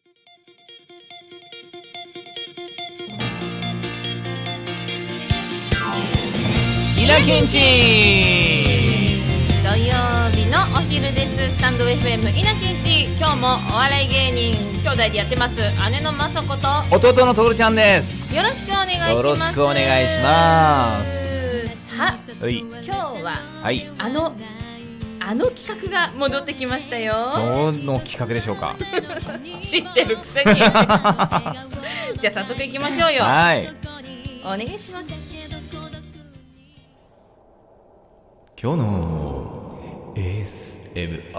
稲ケンチ土曜日のお昼です。スタンド FM 稲ケンチ、今日もお笑い芸人兄弟でやってます姉のまさこと弟のところちゃんです。 よろしくお願いします。 よろしくお願いします。 さあ、今日は、はい、あの企画が戻ってきましたよ。 どの企画でしょうか知ってるくせにじゃあ早速いきましょうよ。 はい、 お願いします。 今日の ASMR。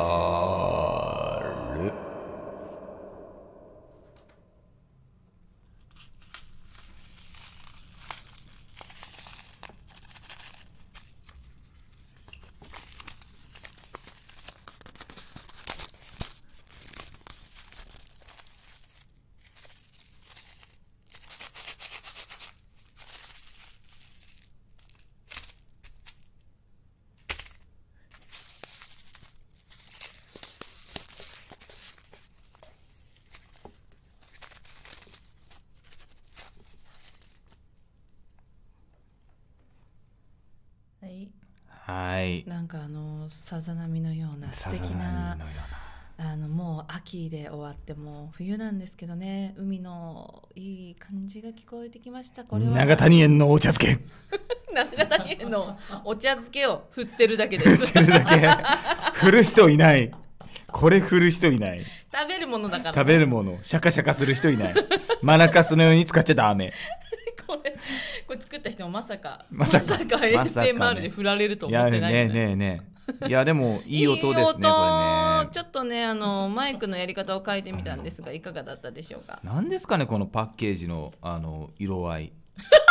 はい、 なんかさざ波のような素敵なもう秋で終わってもう冬なんですけどね、海のいい感じが聞こえてきました。これは長谷園のお茶漬け長谷園のお茶漬けを振ってるだけです振ってるだけ振る人いない。これ振る人いない。 食べるものだから、ね、 食べるものシャカシャカする人いない。マラカスのように使っちゃダメこれ作った人もまさか ASMR で振られると思ってないんだ。 ねえいやでもいい音ですね。これねちょっとねマイクのやり方を変えてみたんですがいかがだったでしょうか。 何ですかねこのパッケージの色合い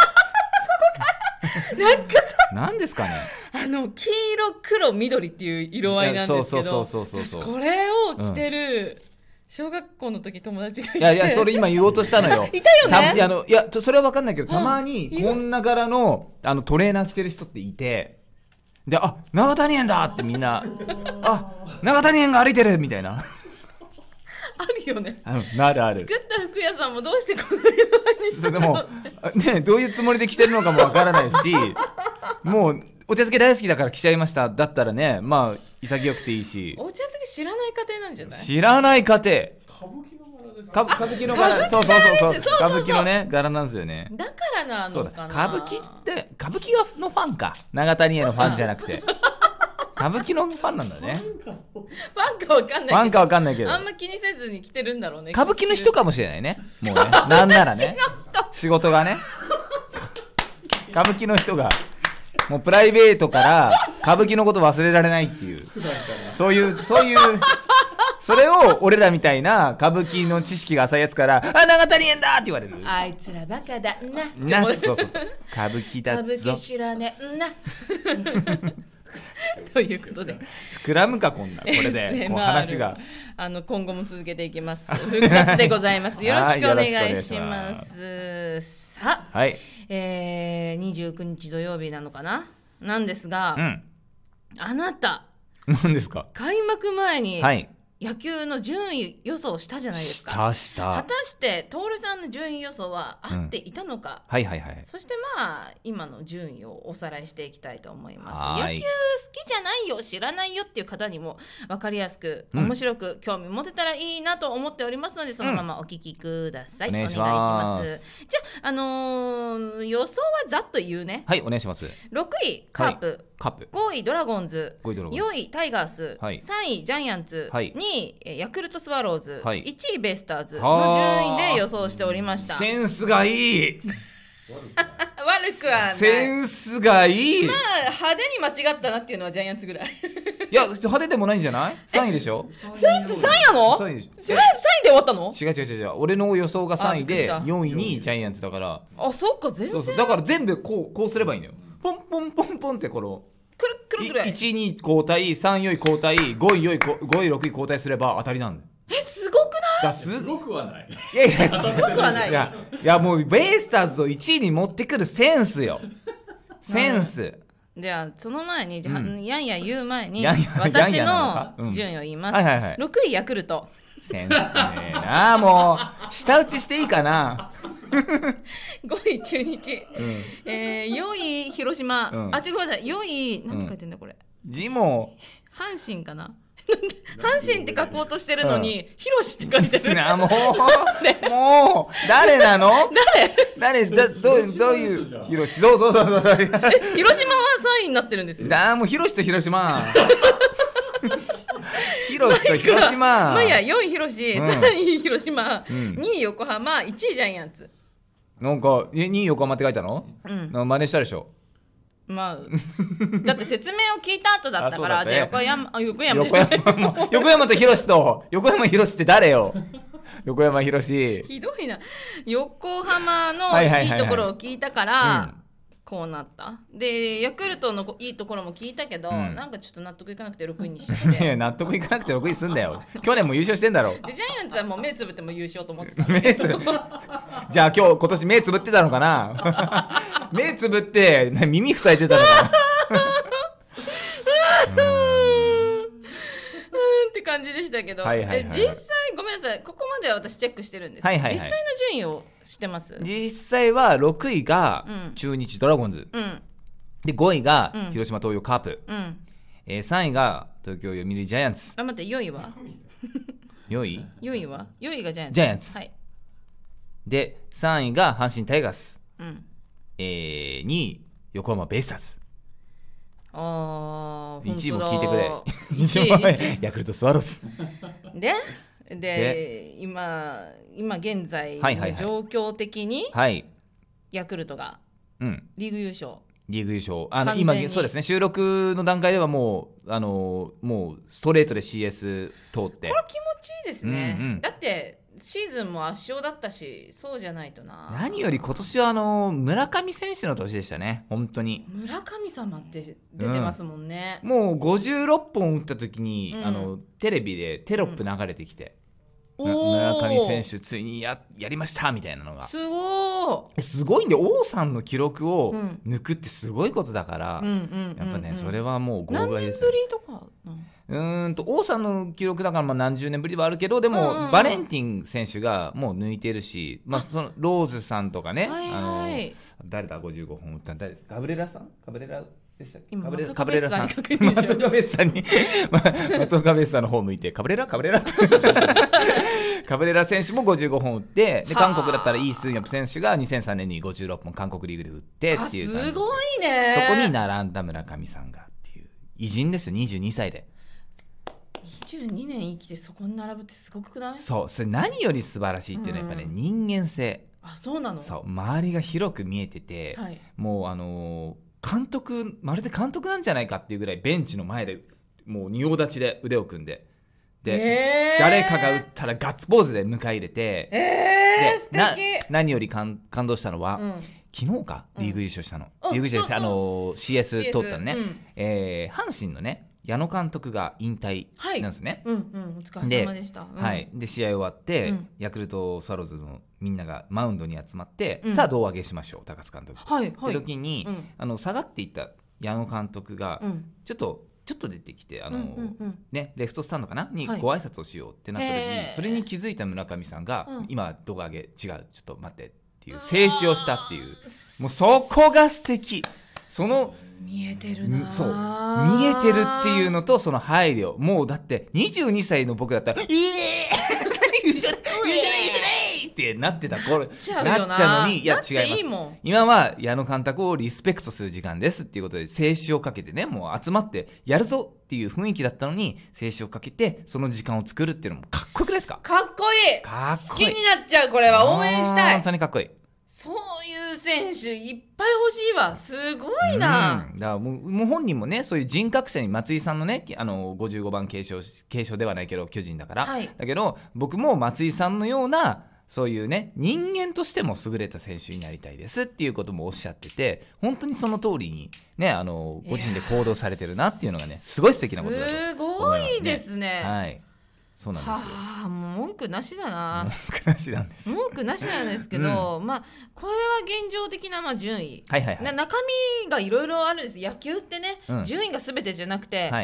なんかさ何ですかね黄色黒緑っていう色合いなんですけど、 そうこれを着てる、小学校の時友達がいて、 いやそれ今言おうとしたのよいたよね。 いやそれは分かんないけど、たまにこんな柄のトレーナー着てる人っていて、で長谷園だってみんな長谷園が歩いてるみたいなあるよね。 ある作った服屋さんもどうしてこの色合いにしたの。 でもね、どういうつもりで着てるのかもわからないしもうお茶漬け大好きだから着ちゃいましただったらね、まあ潔くていいし。 お茶漬け知らない家庭なんじゃない。 知らない家庭。歌舞伎の柄。そう歌舞伎のね柄なんですよね。 だからなのかな。 歌舞伎のファンか。長谷園のファンじゃなくて歌舞伎のファンなんだね。 ファンかわかんないけどあんま気にせずに着てるんだろうね。 歌舞伎の人かもしれないね。もうねなんならね仕事がね歌舞伎の人がもうプライベートから歌舞伎のこと忘れられないっていうそういうそれを俺らみたいな歌舞伎の知識が浅いやつから長谷園だって言われる。 あいつらバカだなそう歌舞伎だぞ。 歌舞伎知らねんなということで膨らむかこんなこれでこう話が今後も続けていきます。復活でございますよろしくお願いします。さあ、29日土曜日なのかななんですが、あなた何ですか。 開幕前に、野球の順位予想したじゃないですか。 した果たして徹さんの順位予想は合っていたのか、そして今の順位をおさらいしていきたいと思います。野球好きじゃないよ知らないよっていう方にも分かりやすく、面白く興味持てたらいいなと思っておりますので、そのままお聞きください。お願いします。じゃあ、予想はざっと言うね。 はいお願いします。 6位カープ、5位ドラゴンズ、 4 位タイガース、3位ジャイアンツ、2位ヤクルトスワローズ、1位ベイスターズの順位で予想しておりました。 センスがいい悪くはない。 センスがいい。 派手に間違ったなっていうのはジャイアンツぐらいいや派手でもないんじゃない。3位でしょ。 ジャイアンツ3位なの。3位で終わったの。 違う俺の予想が3位で4位にジャイアンツだから。 そっか全然。 だから全部こうすればいいのよ。ポンポンポンポンってこのくる1 位交代、3位交代、5位6位交代すれば当たりなんだよ。 すごくない。 すごくはない。 いやすごくはない。 いやもうベイスターズを1位に持ってくるセンスよ。センス。 じゃあその前にやんや言う前に私の順位を言います。6位ヤクルト、 センスねえな。もう舌打ちしていいかな。 5位中日、4位広島、あ、違う、ごめんなさい、4位何て書いてんだこれ、 字も阪神かな。阪神って書こうとしてるのに、広しって書いてる。 もう誰なの？誰どういう広し？そう広島は3 位になってるんですよ。 もう広しと広島。広しと広島。 まあいや、4位広し、3位広島、2位横浜、1位ジャイアンツ。 なんか2位横浜って書いたの？真似したでしょ。 まあ、だって説明を聞いた後だったから、じゃあ横山と広しと横山広しって誰よ。横山広しひどいな。横浜のいいところを聞いたから、こうなった。でヤクルトのいいところも聞いたけど、なんかちょっと納得いかなくて6位にしちゃって。 納得いかなくて6位すんだよ。去年も優勝してんだろ。 でジャイアンツはもう目つぶっても優勝と思ってた。 じゃあ今年目つぶってたのかな。目つぶって耳塞いでたのかな。 って感じでしたけど、実際ごめんなさい、ここまでは私チェックしてるんですけど、実際の順位を知ってます？ 実際は6位が中日ドラゴンズ、で5位が広島東洋カープ、3位が東京読売ジャイアンツ。 待って、4位は 4位がジャイアンツ。 ジャイアンツ、はい、で3位が阪神タイガース、2位横浜ベイスターズ。1位も聞いてくれ。1位ヤクルトスワローズで今現在の状況的にヤクルトがリーグ優勝。 今そうですね、収録の段階ではもうストレートで CS 通って、これ気持ちいいですね、だってシーズンも圧勝だったし、そうじゃないとな。 何より今年は村上選手の年でしたね。本当に村上様って出てますもんね、 もう56本打った時に、テレビでテロップ流れてきて、村上選手ついに やりましたみたいなのがすごいんで、王さんの記録を抜くってすごいことだから、やっぱね、それはもう号外ですよ。 何年ぶりとか、 王さんの記録だから何十年ぶりはあるけど、でも、バレンティン選手がもう抜いてるし、そのローズさんとかね、誰だ55本打ったんだ、ガブレラさんでしたっけ？ 松岡ベッサんに松岡ベッサの方向いてカブレラカブレラ選手も55本打って、で韓国だったらイ・スンヨプ選手が2003年に56本韓国リーグで打ってっていう、 すごいね。 そこに並んだ村上さんがっていう偉人ですよ。22歳で 22年生きてそこに並ぶってすごくない？ それ何より素晴らしいっていうのはやっぱね、人間性。 そうなの？ 周りが広く見えてて、もうまるで監督なんじゃないかっていうぐらいベンチの前でもう仁王立ちで腕を組んで、誰かが打ったらガッツポーズで迎え入れて、で何より感動したのは、昨日かリーグ優勝したの、リーグ優勝してCS 取ったのね、阪神のね矢野監督が引退なんですね、 お疲れ様でした。 で試合終わって、ヤクルトスワローズのみんながマウンドに集まって、さあ胴上げしましょう高津監督って時に、下がっていった矢野監督が、ちょっと出てきてレフトスタンドかなにご挨拶をしようってなった時に、それに気づいた村上さんが、今胴上げ違う、ちょっと待ってっていう静止をしたっていう、もうそこが素敵。 見えてるな。 そう見えてるっていうのと、その配慮。もうだって22歳の僕だったらってなってた頃なっちゃうのに、いや違います。今は矢野監督をリスペクトする時間ですっていうことで静止をかけてね、もう集まってやるぞっていう雰囲気だったのに静止をかけてその時間を作るっていうのもかっこよくないですか？ かっこいい。好きになっちゃう。これは応援したい。 本当にかっこいい。 そういう選手いっぱい欲しいわ。すごいな。 だからもう本人もね、そういう人格者に、松井さんのね55番継承ではないけど巨人だから、だけど僕も松井さんのようなそういうね人間としても優れた選手になりたいですっていうこともおっしゃってて、本当にその通りにねご自身で行動されてるなっていうのがね、すごい素敵なことだと思いますね。 すごいですね。 はい、そうなんですよ。 もう文句なしだな。 文句なしなんですよ。 文句なしなんですけど、これは現状的な順位、中身がいろいろあるんです。野球ってね、順位が全てじゃなくて、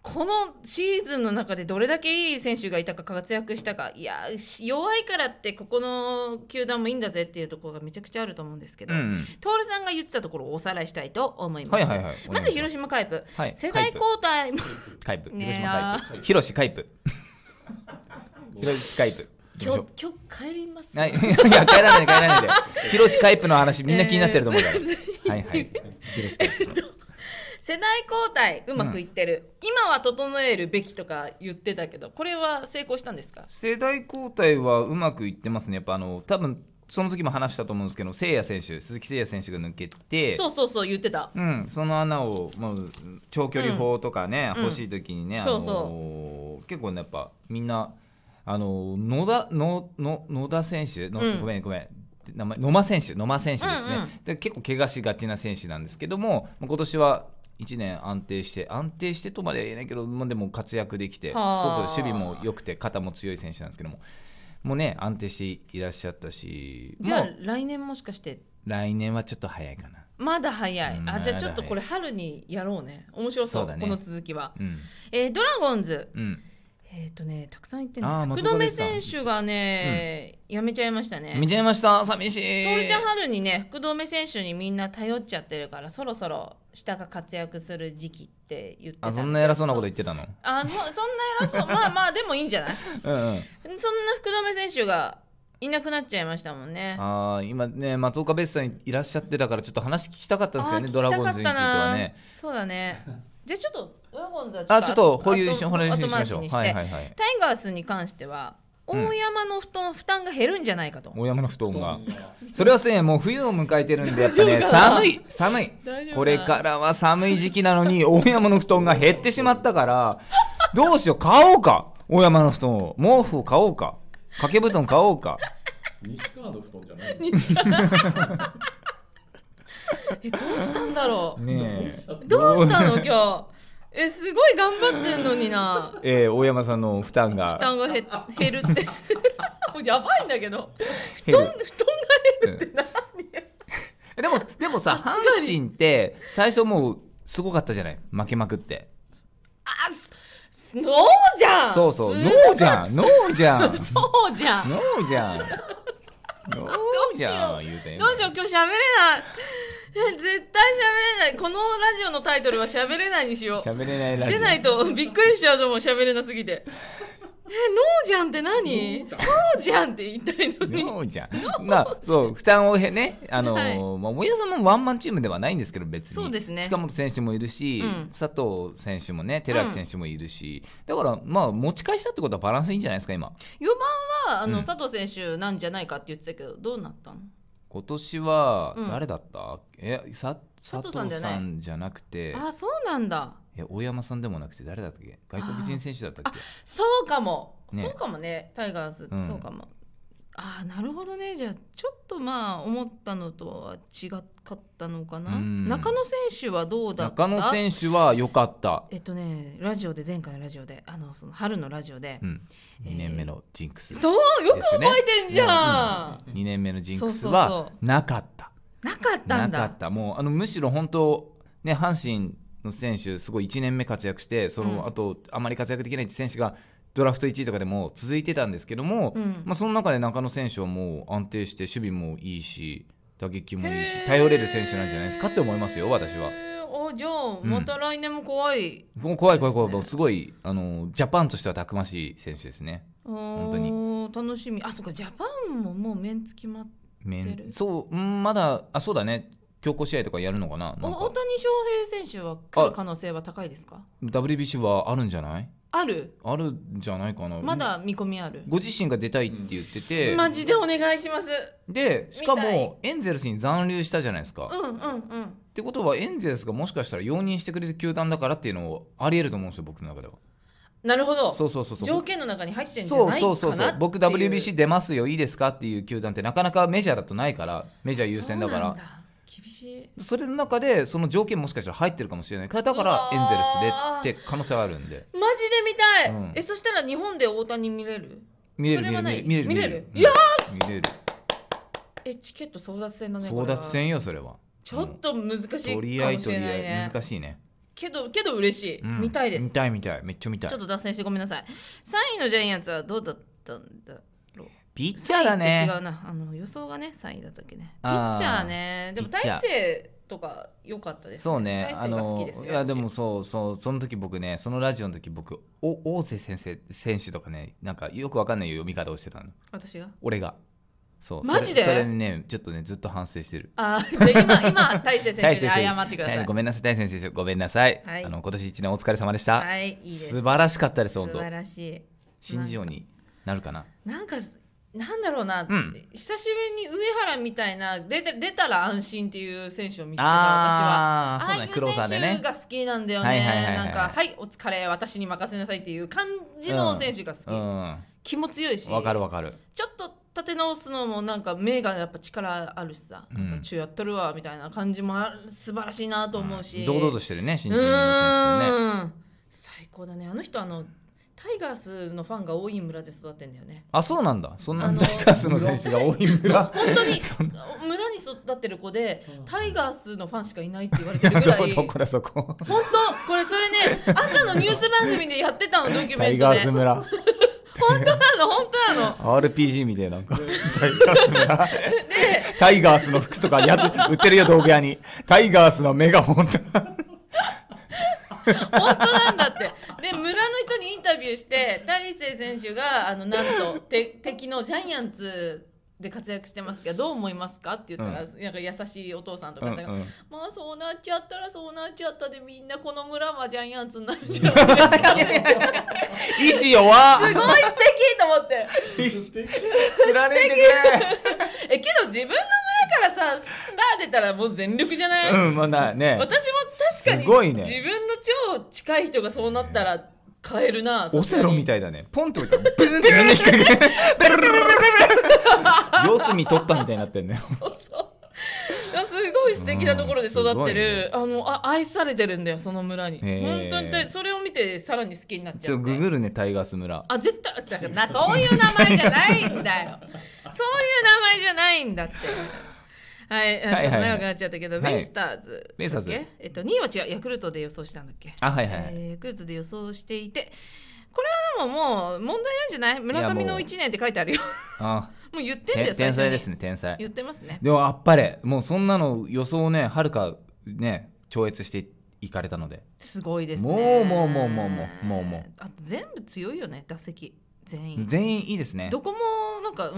このシーズンの中でどれだけいい選手がいたか活躍したか、いや弱いからってここの球団もいいんだぜっていうところがめちゃくちゃあると思うんですけど、徹さんが言ってたところをおさらいしたいと思います。まず広島カイプ、世代交代カイプ、広島カイプ、広島カイプ広島カイプ今日帰ります。 いや帰らないで広島カイプの話みんな気になってると思うから、広島カイプ世代交代うまくいってる、今は整えるべきとか言ってたけど、これは成功したんですか？ 世代交代はうまくいってますね。やっぱ多分その時も話したと思うんですけど、鈴木誠也選手が抜けて、 そう言ってた、 その穴をもう長距離砲とかね、欲しい時にね、結構ねやっぱみんな野田選手ごめん名前野間選手ですね、で結構怪我しがちな選手なんですけども、今年は1年安定してとまでは言えないけど、でも活躍できて、すごく守備も良くて肩も強い選手なんですけども、もうね安定していらっしゃったし、 じゃあ来年もしかして？ 来年はちょっと早いかな。 まだ早い、じゃあちょっとこれ春にやろうね。面白そう、この続きは。ドラゴンズ、たくさん言ってる福留選手がね、辞めちゃいましたね。 辞めちゃいました。寂しい。 徹ちゃん春にね、福留選手にみんな頼っちゃってるから、そろそろ下が活躍する時期って言ってた。 そんな偉そうなこと言ってたの？ もうそんな偉そうまあでもいいんじゃない？そんな福留選手がいなくなっちゃいましたもんね。 今ね松岡ベースさんいらっしゃってたから、ちょっと話聞きたかったんですけどね、ドラゴンズについてはね。 そうだね。じゃあちょっとドラゴンズはちょっと保留しましょう。 タイガースに関しては大山の負担が減るんじゃないかと。 大山の布団がそれはね、もう冬を迎えてるんで、やっぱね寒いこれからは寒い時期なのに大山の布団が減ってしまったから、どうしよう、買おうか、大山の布団を、毛布を買おうか、掛け布団買おうか。 西川の布団じゃないどうしたんだろうね。 どうしたの今日。すごい頑張ってんのにな。 大山さんの負担が減るってやばいんだけど、布団が減るって何？ でもさ、阪神って最初もうすごかったじゃない、負けまくって。 ノーじゃん。 ノーじゃんそうじゃんノーじゃん言うて。 どうしよう、今日喋れない。絶対喋れない。このラジオのタイトルは喋れないにしよう。 喋れないラジオ出ないとびっくりしちゃうと思う、喋れなすぎて。ノーじゃんって何？そうじゃんって言いたいのに。 ノーじゃん。そう負担をね、森田さんもワンマンチームではないんですけど、別に。 そうですね。 近本選手もいるし、佐藤選手もね、寺脇選手もいるし、だから持ち返したってことはバランスいいんじゃないですか今。 4番は佐藤選手なんじゃないかって言ってたけど、どうなったの？ 今年は誰だった？佐藤さんじゃなくて。 そうなんだ。 大山さんでもなくて誰だったっけ？外国人選手だったっけ？ そうかもね、タイガース、そうかも。なるほどね。じゃあちょっと思ったのとは違かったのかな。中野選手はどうだった？ 中野選手は良かった。 ラジオで前回のラジオでその春のラジオで、 2年目のジンクス、 そうよく覚えてんじゃん。 2年目のジンクスはなかったんだ。 もうむしろ本当ね、阪神の選手すごい1年目活躍して、その後あまり活躍できないって選手がドラフト1位とかでも続いてたんですけども、その中で中野選手はもう安定して守備もいいし打撃もいいし頼れる選手なんじゃないですかって思いますよ、私は。 じゃあまた来年も怖い、 怖いすごいジャパンとしてはたくましい選手ですね。本当に楽しみ。そうか、ジャパンももうメンツ決まってる。 まだそうだね、強行試合とかやるのかな。 大谷翔平選手は来る可能性は高いですか？ WBC はあるんじゃない？あるんじゃないかな。 まだ見込みある。 ご自身が出たいって言ってて、 マジでお願いします。 でしかもエンゼルスに残留したじゃないですか。ってことはエンゼルスがもしかしたら容認してくれる球団だからっていうのをありえると思うんですよ、僕の中では。 なるほど。 そう条件の中に入ってんじゃないかなっていう。 そう僕 WBC 出ますよいいですかっていう球団ってなかなかメジャーだとないから、メジャー優先だから。 厳しい。 それの中でその条件もしかしたら入ってるかもしれないから、だからエンゼルスでって可能性はあるんで。 マジで見たい、そしたら日本で大谷見れる？ 見れる。 いやー、 見れる。 チケット争奪戦だね。 争奪戦よそれは。 ちょっと難しいかもしれないね。 難しいね。 けど嬉しい、見たいです。 見たいめっちゃ見たい。 ちょっと脱線してごめんなさい。3位のジャイアンツはどうだったんだろう。 ピッチャーだね。 違うな、予想がね3位だったっけね。ピッチャーね。でも大勢とか良かったですね。 そうね。 大勢が好きですよ。 いやでもそうその時僕ね、そのラジオの時僕大瀬選手とかね、なんかよくわかんない読み方をしてたの。 私が？ 俺が。そう。 マジで？ それにねちょっとねずっと反省してる。 じゃあ今大勢選手に謝ってください。 ごめんなさい大勢選手、ごめんなさい。 はい、 今年1年お疲れ様でした。 はい、いいです。 素晴らしかったです本当。 素晴らしい。 新人王になるかな。 なんだろうな、久しぶりに上原みたいな出たら安心っていう選手を見つけた私は。 そうね、クローザーでね。 ああいう選手が好きなんだよね。なんかはいお疲れ私に任せなさいっていう感じの選手が好き。気も強いし。 わかる。 ちょっと立て直すのもなんか目がやっぱ力あるしさ、なんかやっとるわみたいな感じも素晴らしいなと思うし。 堂々としてるね新人の選手ね。 最高だね。あの人タイガースのファンが多い村で育ってんだよね。 あ、そうなんだ。そんなタイガースの選手が多い村。 本当に村に育ってる子でタイガースのファンしかいないって言われてるぐらい。 どこだそこ。 本当これそれね朝のニュース番組でやってたのドキュメントで。タイガース村。 本当なの。 RPG みたいなタイガース村。タイガースの服とか売ってるよ道具屋に。タイガースのメガホンとか。 本当なんだって。で村の人にインタビューして大勢選手がなんと敵のジャイアンツで活躍してますけどどう思いますかって言ったら、なんか優しいお父さんとかさ、まあそうなっちゃったらそうなっちゃったでみんなこの村はジャイアンツになるんじゃないですかね。 意志弱すごい素敵と思って。 貫いてくれ。 けど自分の村からさスター出たらもう全力じゃない？ まあね。 私も確かにすごいね。 自分の超近い人がそうなったら変えるな。 オセロみたいだね。ポンと置いたらブーンってみんな引っ掛けて四隅取ったみたいになってんね。 そうすごい素敵なところで育ってる、愛されてるんだよその村に。本当にそれを見てさらに好きになっちゃって。 ググるねタイガース村。 絶対だからそういう名前じゃないんだよ。そういう名前じゃないんだって。はい、ちょっと長くなっちゃったけど、ベイスターズ。2位は違う、ヤクルトで予想したんだっけ。ヤクルトで予想していて、これはでももう問題なんじゃない？村上の1年って書いてあるよ。もう言ってんだよ。 天才ですね、天才。 言ってますね。 でもあっぱれ、もうそんなの予想をね、はるかね超越していかれたので。 すごいですね。 もう。 あと全部強いよね、打席全員いいですね。 どこもなんか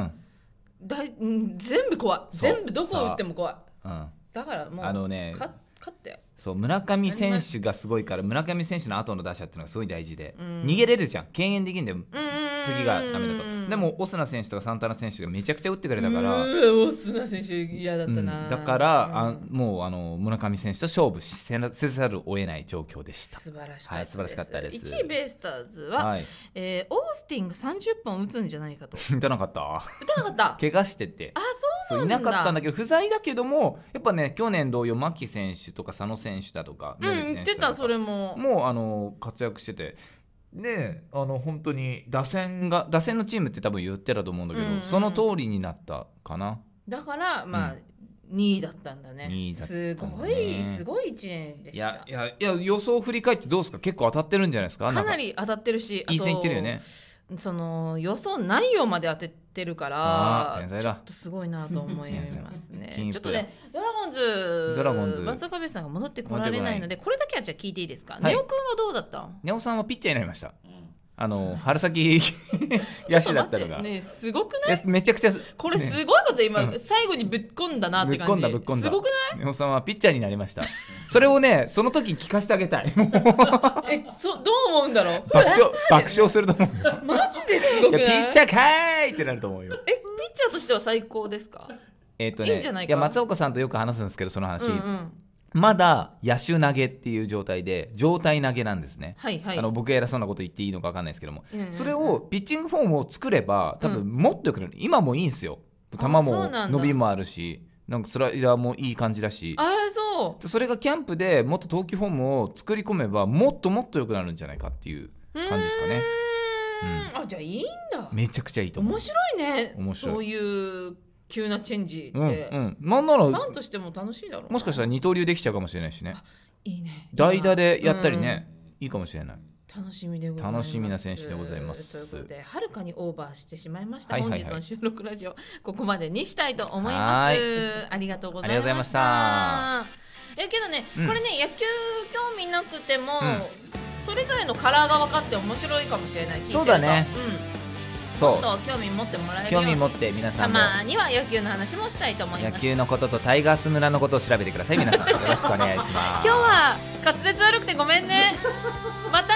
全部怖い。全部どこを打っても怖い。だからもう勝ったよ。 そう村上選手がすごいから村上選手の後の打者っていうのがすごい大事で、逃げれるじゃん、敬遠できるんだよ、次がダメだと。でもオスナ選手とかサンタナ選手がめちゃくちゃ打ってくれたから、 オスナ選手嫌だったな、 だからもう村上選手と勝負せざるを得ない状況でした。 素晴らしかったです。 1 位ベイスターズは、オースティンが30本打つんじゃないかと。 打たなかった怪我してて。 そういなかったんだけど不在だけどもやっぱね去年同様牧選手とか佐野選手だとか言ってた。それもう活躍しててで本当に打線のチームって多分言ってたと思うんだけど、その通りになったかな。 だから2位だったんだね。すごい1年でした。 いや予想振り返ってどうですか？結構当たってるんじゃないですか？ かなり当たってるし、 いい線いってるよね。 その予想内容まで当ててるから天才だ。 ちょっとすごいなと思いますね。ちょっとねドラゴンズ松岡部さんが戻ってこられないのでこれだけはじゃあ聞いていいですか？ネオくんはどうだった？ ネオさんはピッチャーになりました。春先野手だったのがね、すごくない？ めちゃくちゃこれすごいこと今、最後にぶっ込んだなって感じ。 ぶっ込んだすごくない？ ネオさんはピッチャーになりました。それをねその時に聞かせてあげたい。 どう思うんだろう。 爆笑すると思うよ。 マジですごくない？ ピッチャーかーいってなると思うよ。 ピッチャーとしては最高ですか？いいんじゃないか。 いや松岡さんとよく話すんですけどその話、まだ野手投げっていう状態で状態投げなんですね。僕が偉そうなこと言っていいのか分かんないですけども、それをピッチングフォームを作れば多分もっと良くなる。今もいいんですよ。球も伸びもあるしなんかスライダーもいい感じだし、それがキャンプでもっと投球フォームを作り込めばもっともっと良くなるんじゃないかっていう感じですかね。 じゃあいいんだ。 めちゃくちゃいいと思う。 面白いね。そういう急なチェンジで、 なんならファンとしても楽しいだろう。 もしかしたら二刀流できちゃうかもしれないしね。 いいね。 代打でやったりね、いいかもしれない。 楽しみでございます。 楽しみな選手でございます。 ということで、はるかにオーバーしてしまいました。本日の収録ラジオ、ここまでにしたいと思います。ありがとうございました。けどね、これね、野球興味なくても、それぞれのカラーが分かって面白いかもしれない。 そうだね。 もっと興味持ってもらえるように、 興味持って皆さんもたまには野球の話もしたいと思います。 野球のこととタイガース村のことを調べてください。皆さんよろしくお願いします。 今日は滑舌悪くてごめんね。また